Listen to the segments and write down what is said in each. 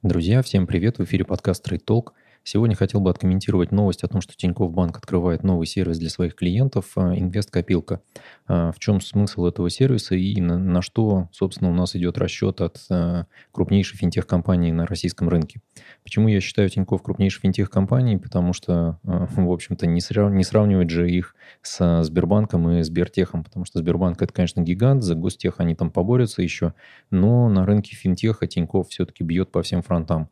Друзья, всем привет! В эфире подкаст Trade Talk. Сегодня хотел бы откомментировать новость о том, что Тинькофф Банк открывает новый сервис для своих клиентов «Инвест-копилка». В чем смысл этого сервиса и на что, собственно, у нас идет расчет от крупнейшей финтех-компании на российском рынке. Почему я считаю Тинькофф крупнейшей финтех-компанией? Потому что, в общем-то, не сравнивать же их с Сбербанком и Сбертехом, потому что Сбербанк – это, конечно, гигант, за Гостех они там поборются еще, но на рынке финтеха Тинькофф все-таки бьет по всем фронтам.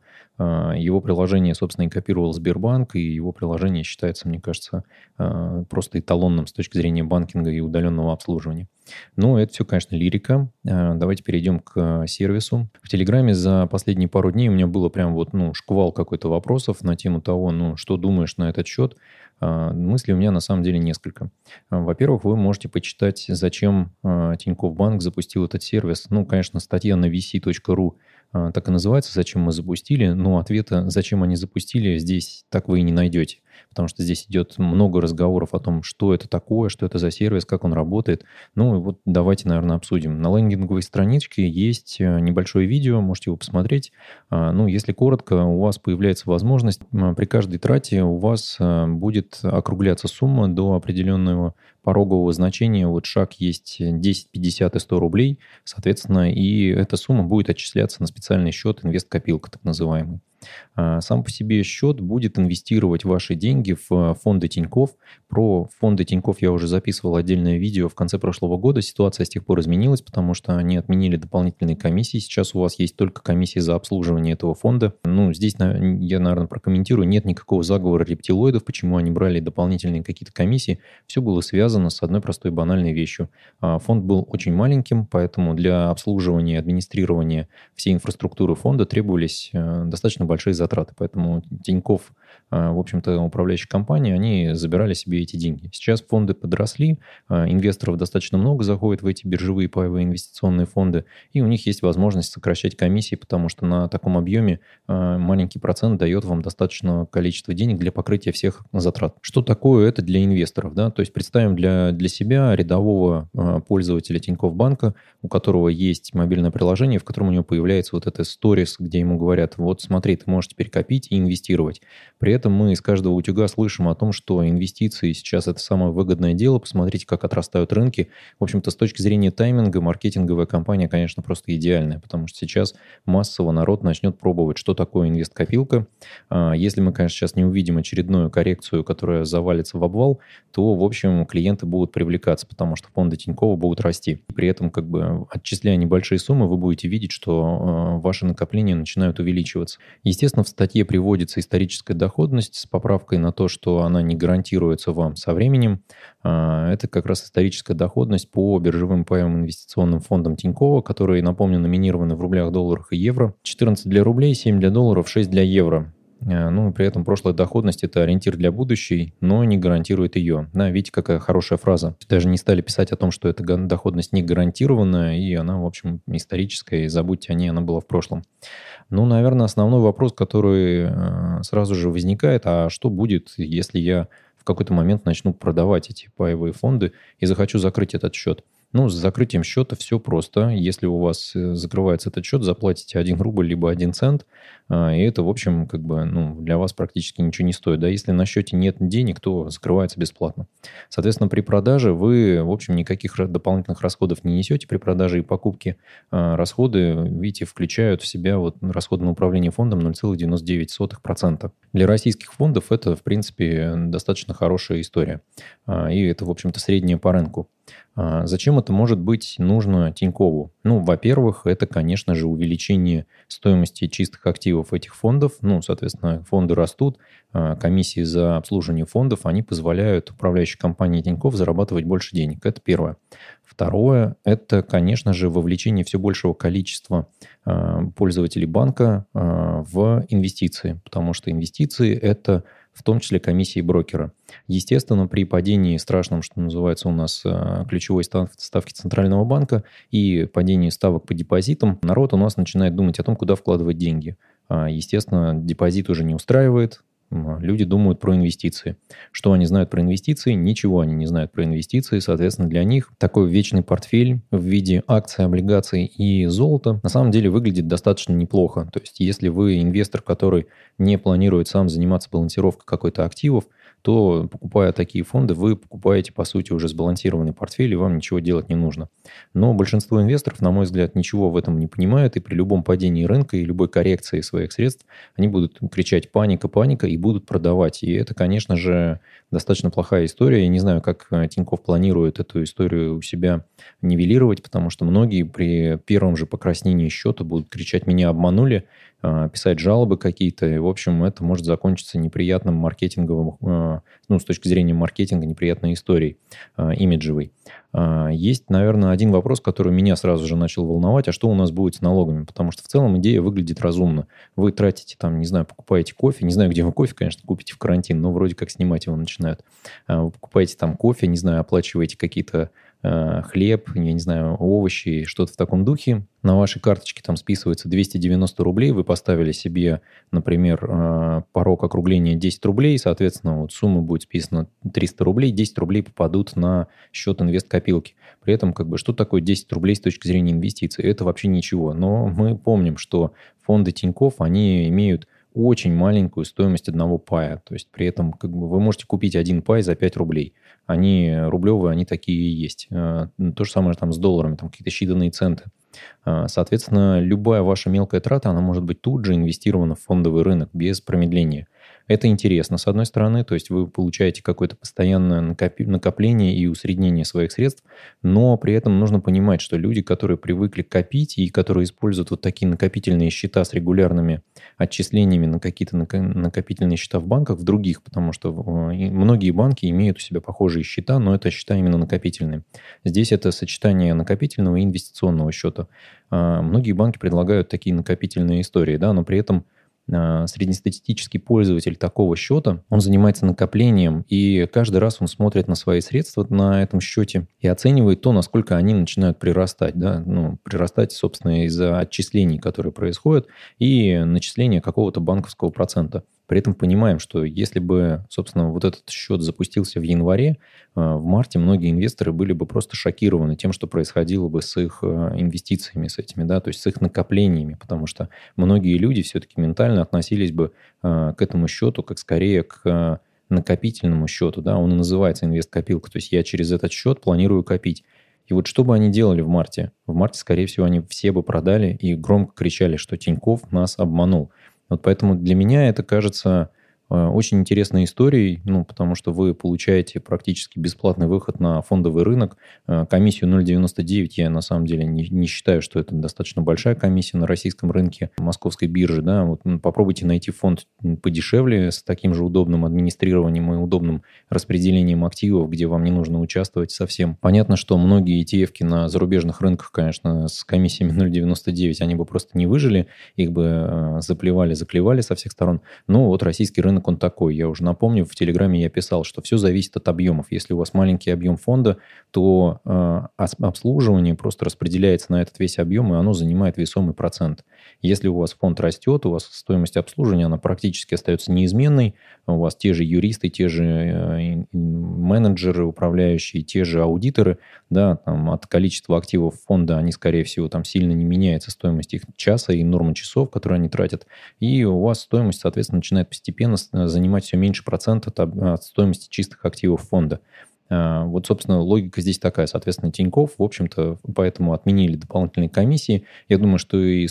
Его приложение, собственно, и копировал Сбербанк, и его приложение считается, мне кажется, просто эталонным с точки зрения банкинга и удаленного обслуживания. Но это все, конечно, лирика. Давайте перейдем к сервису. В Телеграме за последние пару дней у меня было прям шквал какой-то вопросов на тему того, что думаешь на этот счет. Мыслей у меня на самом деле несколько. Во-первых, вы можете почитать, зачем Тинькофф Банк запустил этот сервис. Конечно, статья на vc.ru так и называется «Зачем мы запустили?», но ответа, зачем они запустили, здесь так вы и не найдете. Потому что здесь идет много разговоров о том, что это такое, что это за сервис, как он работает. Давайте, наверное, обсудим. На лендинговой страничке есть небольшое видео, можете его посмотреть. Если коротко, у вас появляется возможность, при каждой трате у вас будет округляться сумма до определенного порогового значения. Шаг есть 10, 50 и 100 рублей, соответственно, и эта сумма будет отчисляться на специальный счет «Инвест-копилка», так называемый. Сам по себе счет будет инвестировать ваши деньги в фонды Тинькофф. Про фонды Тинькофф я уже записывал отдельное видео в конце прошлого года. Ситуация с тех пор изменилась, потому что они отменили дополнительные комиссии. Сейчас у вас есть только комиссии за обслуживание этого фонда. Здесь я, наверное, прокомментирую. Нет никакого заговора рептилоидов, почему они брали дополнительные какие-то комиссии. Все было связано с одной простой банальной вещью. Фонд был очень маленьким, поэтому для обслуживания и администрирования всей инфраструктуры фонда требовались достаточно большие затраты. Поэтому Тинькофф, в общем-то, управляющая компания, они забирали себе эти деньги. Сейчас фонды подросли, инвесторов достаточно много заходит в эти биржевые паевые инвестиционные фонды, и у них есть возможность сокращать комиссии, потому что на таком объеме маленький процент дает вам достаточное количество денег для покрытия всех затрат. Что такое это для инвесторов? Да? То есть представим для себя рядового пользователя Тинькофф Банка, у которого есть мобильное приложение, в котором у него появляется это сторис, где ему говорят: смотри, ты можешь теперь копить и инвестировать. При этом мы из каждого утюга слышим о том, что инвестиции сейчас это самое выгодное дело. Посмотрите, как отрастают рынки. В общем-то, с точки зрения тайминга, маркетинговая кампания, конечно, просто идеальная, потому что сейчас массово народ начнет пробовать, что такое инвест-копилка. Если мы, конечно, сейчас не увидим очередную коррекцию, которая завалится в обвал, то, в общем, клиенты будут привлекаться, потому что фонды Тинькова будут расти. При этом, отчисляя небольшие суммы, вы будете видеть, что ваши накопления начинают увеличиваться. Естественно, в статье приводится историческая доходность с поправкой на то, что она не гарантируется вам со временем. Это как раз историческая доходность по биржевым паевым инвестиционным фондам Тинькова, которые, напомню, номинированы в рублях, долларах и евро. 14 для рублей, 7 для долларов, 6 для евро. При этом прошлая доходность – это ориентир для будущей, но не гарантирует ее. Видите, какая хорошая фраза. Даже не стали писать о том, что эта доходность не гарантированная, и она, в общем, историческая, и забудьте о ней, она была в прошлом. Наверное, основной вопрос, который сразу же возникает: а что будет, если я в какой-то момент начну продавать эти паевые фонды и захочу закрыть этот счет? С закрытием счета все просто. Если у вас закрывается этот счет, заплатите 1 рубль либо 1 цент, и это, в общем, для вас практически ничего не стоит. Да, если на счете нет денег, то закрывается бесплатно. Соответственно, при продаже вы, в общем, никаких дополнительных расходов не несете. При продаже и покупке расходы, видите, включают в себя расходы на управление фондом 0,99%. Для российских фондов это, в принципе, достаточно хорошая история. И это, в общем-то, среднее по рынку. Зачем это может быть нужно Тинькову? Во-первых, это, конечно же, увеличение стоимости чистых активов этих фондов. Соответственно, фонды растут, комиссии за обслуживание фондов, они позволяют управляющей компании Тинькофф зарабатывать больше денег. Это первое. Второе, это, конечно же, вовлечение все большего количества пользователей банка в инвестиции, потому что инвестиции – это в том числе комиссии брокера. Естественно, при падении страшном, что называется у нас ключевой ставки Центрального банка и падении ставок по депозитам, народ у нас начинает думать о том, куда вкладывать деньги. Естественно, депозит уже не устраивает, Люди думают про инвестиции. Что они знают про инвестиции? Ничего они не знают про инвестиции. Соответственно, для них такой вечный портфель в виде акций, облигаций и золота на самом деле выглядит достаточно неплохо. То есть, если вы инвестор, который не планирует сам заниматься балансировкой какой-то активов, то, покупая такие фонды, вы покупаете, по сути, уже сбалансированный портфель, и вам ничего делать не нужно. Но большинство инвесторов, на мой взгляд, ничего в этом не понимают, и при любом падении рынка и любой коррекции своих средств они будут кричать «паника, паника» и будут продавать. И это, конечно же, достаточно плохая история. Я не знаю, как Тинькофф планирует эту историю у себя нивелировать, потому что многие при первом же покраснении счета будут кричать «меня обманули», писать жалобы какие-то. И, в общем, это может закончиться неприятным маркетинговым, с точки зрения маркетинга, неприятной историей имиджевой. Есть, наверное, один вопрос, который меня сразу же начал волновать, а что у нас будет с налогами? Потому что в целом идея выглядит разумно. Вы тратите там, не знаю, покупаете кофе, не знаю, где вы кофе, конечно, купите в карантин, но вроде как снимать его начинают. Вы покупаете там кофе, не знаю, оплачиваете какие-то хлеб, я не знаю, овощи, что-то в таком духе. На вашей карточке там списывается 290 рублей, вы поставили себе, например, порог округления 10 рублей, соответственно, вот сумма будет списана 300 рублей, 10 рублей попадут на счет инвесткопилки. При этом, что такое 10 рублей с точки зрения инвестиций? Это вообще ничего. Но мы помним, что фонды Тинькофф, они имеют очень маленькую стоимость одного пая. То есть при этом вы можете купить один пай за 5 рублей. Они рублевые, они такие и есть. То же самое там с долларами, там какие-то считанные центы. Соответственно, любая ваша мелкая трата, она может быть тут же инвестирована в фондовый рынок без промедления. Это интересно, с одной стороны, то есть вы получаете какое-то постоянное накопление и усреднение своих средств, но при этом нужно понимать, что люди, которые привыкли копить и которые используют вот такие накопительные счета с регулярными отчислениями на какие-то накопительные счета в банках, в других, потому что многие банки имеют у себя похожие счета, но это счета именно накопительные. Здесь это сочетание накопительного и инвестиционного счета. Многие банки предлагают такие накопительные истории, да, но при этом среднестатистический пользователь такого счета, он занимается накоплением, и каждый раз он смотрит на свои средства на этом счете и оценивает то, насколько они начинают прирастать. Да? Прирастать, собственно, из-за отчислений, которые происходят, и начисления какого-то банковского процента. При этом понимаем, что если бы, собственно, вот этот счет запустился в январе, в марте многие инвесторы были бы просто шокированы тем, что происходило бы с их инвестициями, с этими, да, то есть с их накоплениями, потому что многие люди все-таки ментально относились бы к этому счету как скорее к накопительному счету, да, он и называется инвесткопилка, то есть я через этот счет планирую копить. И вот что бы они делали в марте? В марте, скорее всего, они все бы продали и громко кричали, что Тинькофф нас обманул. Вот поэтому для меня это кажется очень интересной историей, потому что вы получаете практически бесплатный выход на фондовый рынок. Комиссию 0,99 я на самом деле не считаю, что это достаточно большая комиссия на российском рынке московской биржи. Да? Вот попробуйте найти фонд подешевле с таким же удобным администрированием и удобным распределением активов, где вам не нужно участвовать совсем. Понятно, что многие ETF-ки на зарубежных рынках, конечно, с комиссиями 0,99 они бы просто не выжили, их бы заклевали со всех сторон. Но вот российский рынок он такой. Я уже напомню, в Телеграме я писал, что все зависит от объемов. Если у вас маленький объем фонда, то обслуживание просто распределяется на этот весь объем, и оно занимает весомый процент. Если у вас фонд растет, у вас стоимость обслуживания, она практически остается неизменной, у вас те же юристы, те же менеджеры, управляющие, те же аудиторы, да, там от количества активов фонда они, скорее всего, там сильно не меняется стоимость их часа и норма часов, которые они тратят, и у вас стоимость, соответственно, начинает постепенно занимать все меньше процента от стоимости чистых активов фонда. Вот, собственно, логика здесь такая. Соответственно, Тинькофф, в общем-то, поэтому отменили дополнительные комиссии. Я думаю, что и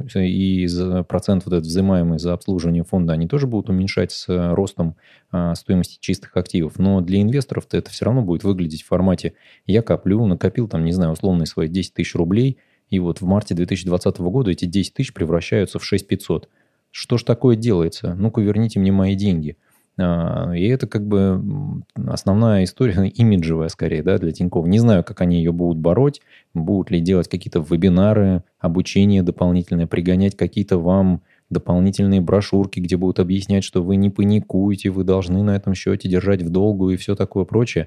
процент вот этот взимаемый за обслуживание фонда, они тоже будут уменьшать с ростом стоимости чистых активов. Но для инвесторов-то это все равно будет выглядеть в формате «я коплю, накопил там, не знаю, условные свои 10 тысяч рублей, и вот в марте 2020 года эти 10 тысяч превращаются в 6500. Что ж такое делается? Ну-ка, верните мне мои деньги». И это основная история, имиджевая скорее, да, для Тинькофф. Не знаю, как они ее будут бороть, будут ли делать какие-то вебинары, обучение дополнительное, пригонять какие-то вам дополнительные брошюрки, где будут объяснять, что вы не паникуете, вы должны на этом счете держать в долгу и все такое прочее.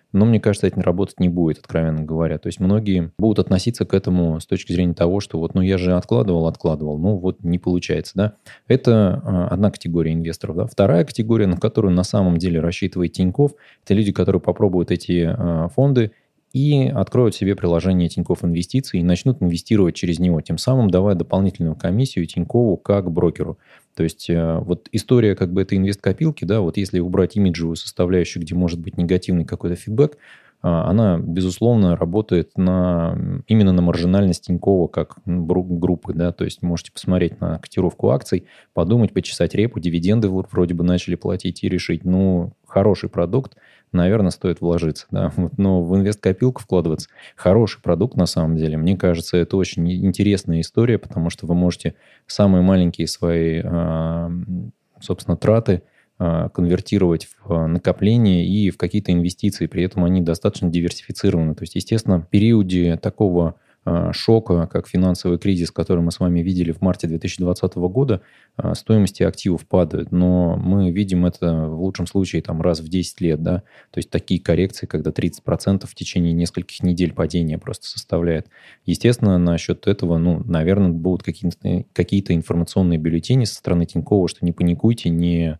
но мне кажется, это работать не будет, откровенно говоря. То есть многие будут относиться к этому с точки зрения того, что вот, ну, я же откладывал, ну, вот не получается, да. Это одна категория инвесторов, да. Вторая категория, на которую на самом деле рассчитывает Тинькофф, это люди, которые попробуют эти фонды и откроют себе приложение Тинькофф Инвестиции и начнут инвестировать через него, тем самым давая дополнительную комиссию Тинькову как брокеру. То есть вот история как бы этой инвесткопилки, да, вот если убрать имиджевую составляющую, где может быть негативный какой-то фидбэк, она, безусловно, работает именно на маржинальность Тинькова как группы, да, то есть можете посмотреть на котировку акций, подумать, почесать репу, дивиденды вроде бы начали платить и решить, ну, хороший продукт, наверное, стоит вложиться, да, но в инвесткопилку вкладываться хороший продукт на самом деле, мне кажется, это очень интересная история, потому что вы можете самые маленькие свои, собственно, траты конвертировать в накопления и в какие-то инвестиции. При этом они достаточно диверсифицированы. То есть, естественно, в периоде такого шока, как финансовый кризис, который мы с вами видели в марте 2020 года, стоимости активов падают. Но мы видим это в лучшем случае там, раз в 10 лет. Да? То есть такие коррекции, когда 30% в течение нескольких недель падения просто составляет. Естественно, насчет этого, ну, наверное, будут какие-то информационные бюллетени со стороны Тинькова, что не паникуйте,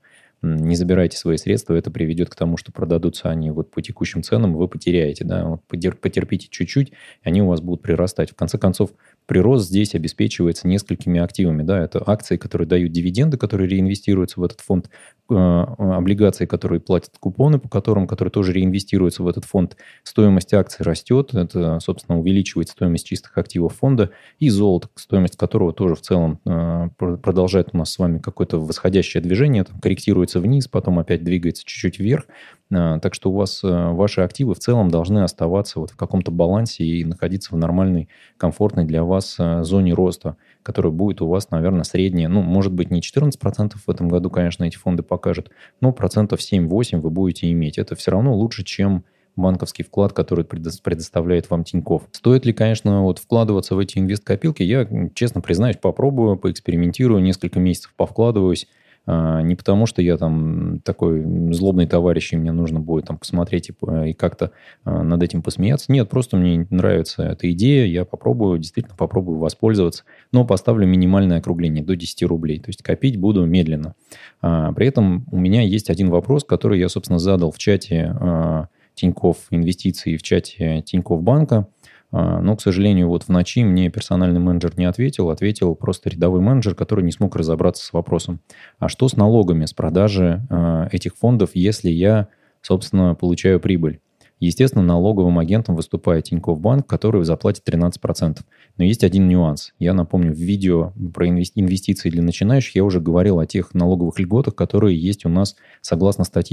не забирайте свои средства, это приведет к тому, что продадутся они вот по текущим ценам, вы потеряете, да, вот потерпите чуть-чуть, и они у вас будут прирастать. В конце концов, прирост здесь обеспечивается несколькими активами, да, это акции, которые дают дивиденды, которые реинвестируются в этот фонд, облигации, которые платят купоны, которые тоже реинвестируются в этот фонд, стоимость акций растет, это, собственно, увеличивает стоимость чистых активов фонда, и золото, стоимость которого тоже в целом продолжает у нас с вами какое-то восходящее движение, там, корректируется вниз, потом опять двигается чуть-чуть вверх. Так что у вас ваши активы в целом должны оставаться вот в каком-то балансе и находиться в нормальной, комфортной для вас зоне роста, которая будет у вас, наверное, средняя. Ну, может быть, не 14% в этом году, конечно, эти фонды покажут, но 7-8% вы будете иметь. Это все равно лучше, чем банковский вклад, который предоставляет вам Тинькофф. Стоит ли, конечно, вот вкладываться в эти инвесткопилки? Я, честно признаюсь, попробую, поэкспериментирую, несколько месяцев повкладываюсь. Не потому, что я там такой злобный товарищ, и мне нужно будет там посмотреть и как-то над этим посмеяться. Нет, просто мне нравится эта идея, я действительно попробую воспользоваться, но поставлю минимальное округление до 10 рублей. То есть копить буду медленно. При этом у меня есть один вопрос, который я, собственно, задал в чате Тинькофф Инвестиции, в чате Тинькофф Банка. Но, к сожалению, вот в ночи мне персональный менеджер не ответил. Ответил просто рядовой менеджер, который не смог разобраться с вопросом. А что с налогами с продажи этих фондов, если я, собственно, получаю прибыль? Естественно, налоговым агентом выступает Тинькофф Банк, который заплатит 13%. Но есть один нюанс. Я напомню, в видео про инвестиции для начинающих я уже говорил о тех налоговых льготах, которые есть у нас согласно статье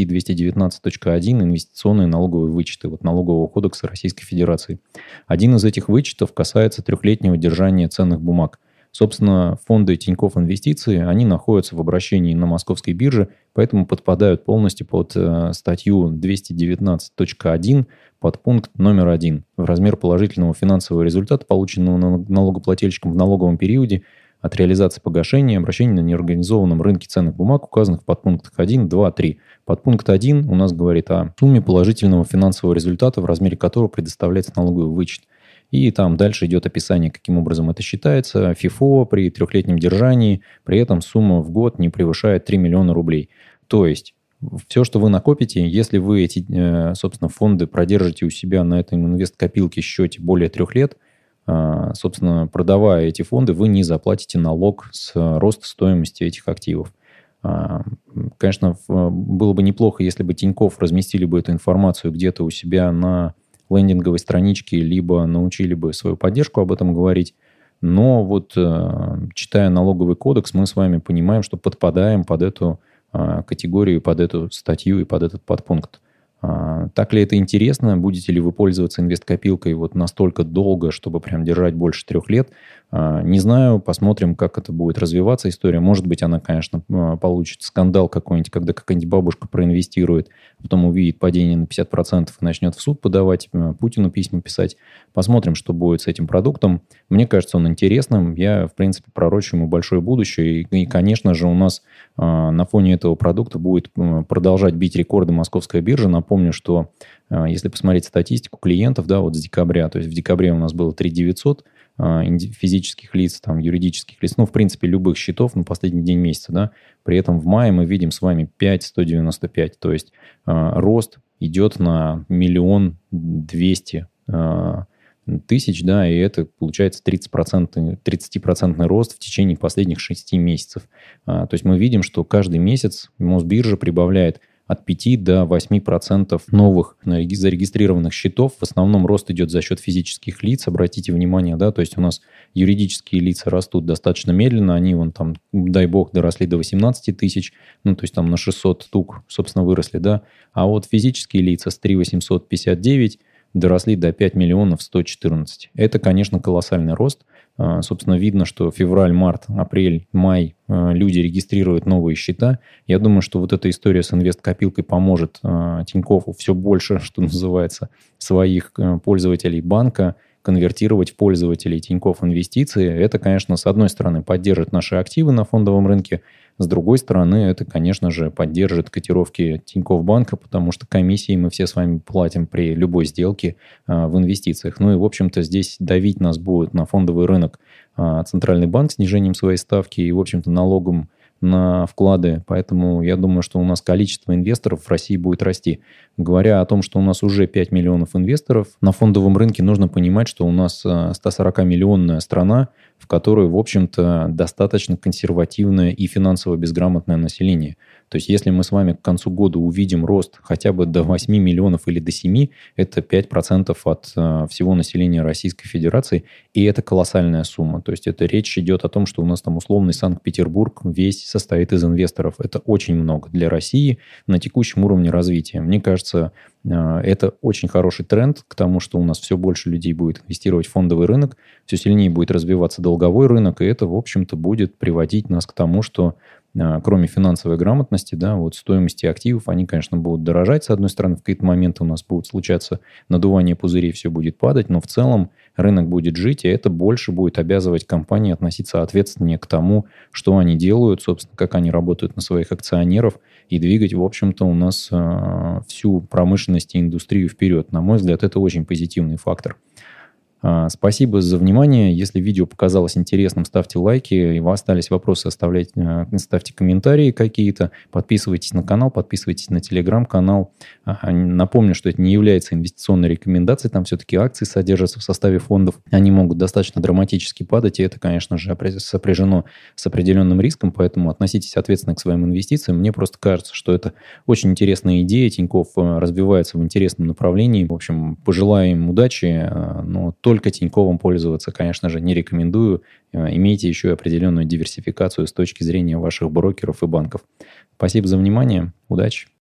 219.1 «Инвестиционные налоговые вычеты» вот Налогового кодекса Российской Федерации. Один из этих вычетов касается трехлетнего держания ценных бумаг. Собственно, фонды Тинькофф Инвестиции, они находятся в обращении на московской бирже, поэтому подпадают полностью под статью 219.1 под пункт номер 1. В размер положительного финансового результата, полученного налогоплательщиком в налоговом периоде от реализации погашения, обращения на неорганизованном рынке ценных бумаг, указанных в подпунктах 1, 2, 3. Подпункт 1 у нас говорит о сумме положительного финансового результата, в размере которого предоставляется налоговый вычет. И там дальше идет описание, каким образом это считается. ФИФО при трехлетнем держании, при этом сумма в год не превышает 3 миллиона рублей. То есть, все, что вы накопите, если вы эти, собственно, фонды продержите у себя на этом инвесткопилке счете более 3 лет, собственно, продавая эти фонды, вы не заплатите налог с роста стоимости этих активов. Конечно, было бы неплохо, если бы Тинькофф разместили бы эту информацию где-то у себя на лендинговой страничке, либо научили бы свою поддержку об этом говорить. Но вот читая налоговый кодекс, мы с вами понимаем, что подпадаем под эту категорию, под эту статью и под этот подпункт. Так ли это интересно? Будете ли вы пользоваться инвесткопилкой вот настолько долго, чтобы прям держать больше 3 лет? Не знаю, посмотрим, как это будет развиваться история. Может быть, она, конечно, получит скандал какой-нибудь, когда какая-нибудь бабушка проинвестирует, потом увидит падение на 50% и начнет в суд подавать, Путину письма писать. Посмотрим, что будет с этим продуктом. Мне кажется, он интересным. Я, в принципе, пророчу ему большое будущее. И, конечно же, у нас на фоне этого продукта будет продолжать бить рекорды московская биржа. Напомню, напомню, что если посмотреть статистику клиентов, да, вот с декабря, то есть в декабре у нас было 3 900 физических лиц, там, юридических лиц, ну, в принципе, любых счетов на последний день месяца, да. При этом в мае мы видим с вами 5 195, то есть рост идет на 1 200 000 тысяч, да, и это получается 30% рост в течение последних 6 месяцев. То есть мы видим, что каждый месяц Мосбиржа прибавляет от 5 до 8% новых зарегистрированных счетов. В основном рост идет за счет физических лиц, обратите внимание, да, то есть у нас юридические лица растут достаточно медленно, они вон там, дай бог, доросли до 18 тысяч, ну, то есть там на 600 штук, собственно, выросли, да, а вот физические лица с 3 859 доросли до 5 114. Это, конечно, колоссальный рост. Собственно, видно, что февраль, март, апрель, май люди регистрируют новые счета. Я думаю, что вот эта история с инвесткопилкой поможет Тинькову все больше, что называется, своих пользователей банка конвертировать в пользователей Тинькофф Инвестиции. Это, конечно, с одной стороны, поддержит наши активы на фондовом рынке, с другой стороны, это, конечно же, поддержит котировки Тинькофф Банка, потому что комиссии мы все с вами платим при любой сделке в инвестициях. Ну и, в общем-то, здесь давить нас будет на фондовый рынок Центральный банк снижением своей ставки и, в общем-то, налогом на вклады. Поэтому я думаю, что у нас количество инвесторов в России будет расти. Говоря о том, что у нас уже 5 миллионов инвесторов, на фондовом рынке нужно понимать, что у нас 140-миллионная страна, в которой, в общем-то, достаточно консервативное и финансово безграмотное население. То есть, если мы с вами к концу года увидим рост хотя бы до 8 миллионов или до 7, это 5% от всего населения Российской Федерации, и это колоссальная сумма. То есть, это речь идет о том, что у нас там условный Санкт-Петербург весь состоит из инвесторов. Это очень много для России на текущем уровне развития. Мне кажется, это очень хороший тренд к тому, что у нас все больше людей будет инвестировать в фондовый рынок, все сильнее будет развиваться долговой рынок, и это, в общем-то, будет приводить нас к тому, что кроме финансовой грамотности, да, вот стоимости активов, они, конечно, будут дорожать. С одной стороны, в какие-то моменты у нас будут случаться надувание пузырей, все будет падать, но в целом рынок будет жить, и это больше будет обязывать компании относиться ответственнее к тому, что они делают, собственно, как они работают на своих акционеров, и двигать, в общем-то, у нас всю промышленность и индустрию вперед. На мой взгляд, это очень позитивный фактор. Спасибо за внимание. Если видео показалось интересным, ставьте лайки. И у вас остались вопросы, ставьте комментарии какие-то. Подписывайтесь на канал, подписывайтесь на телеграм-канал. Напомню, что это не является инвестиционной рекомендацией. Там все-таки акции содержатся в составе фондов. Они могут достаточно драматически падать. И это, конечно же, сопряжено с определенным риском. Поэтому относитесь ответственно к своим инвестициям. Мне просто кажется, что это очень интересная идея. Тинькофф развивается в интересном направлении. В общем, пожелаю им удачи. Но только Тиньковым пользоваться, конечно же, не рекомендую. Имейте еще и определенную диверсификацию с точки зрения ваших брокеров и банков. Спасибо за внимание. Удачи!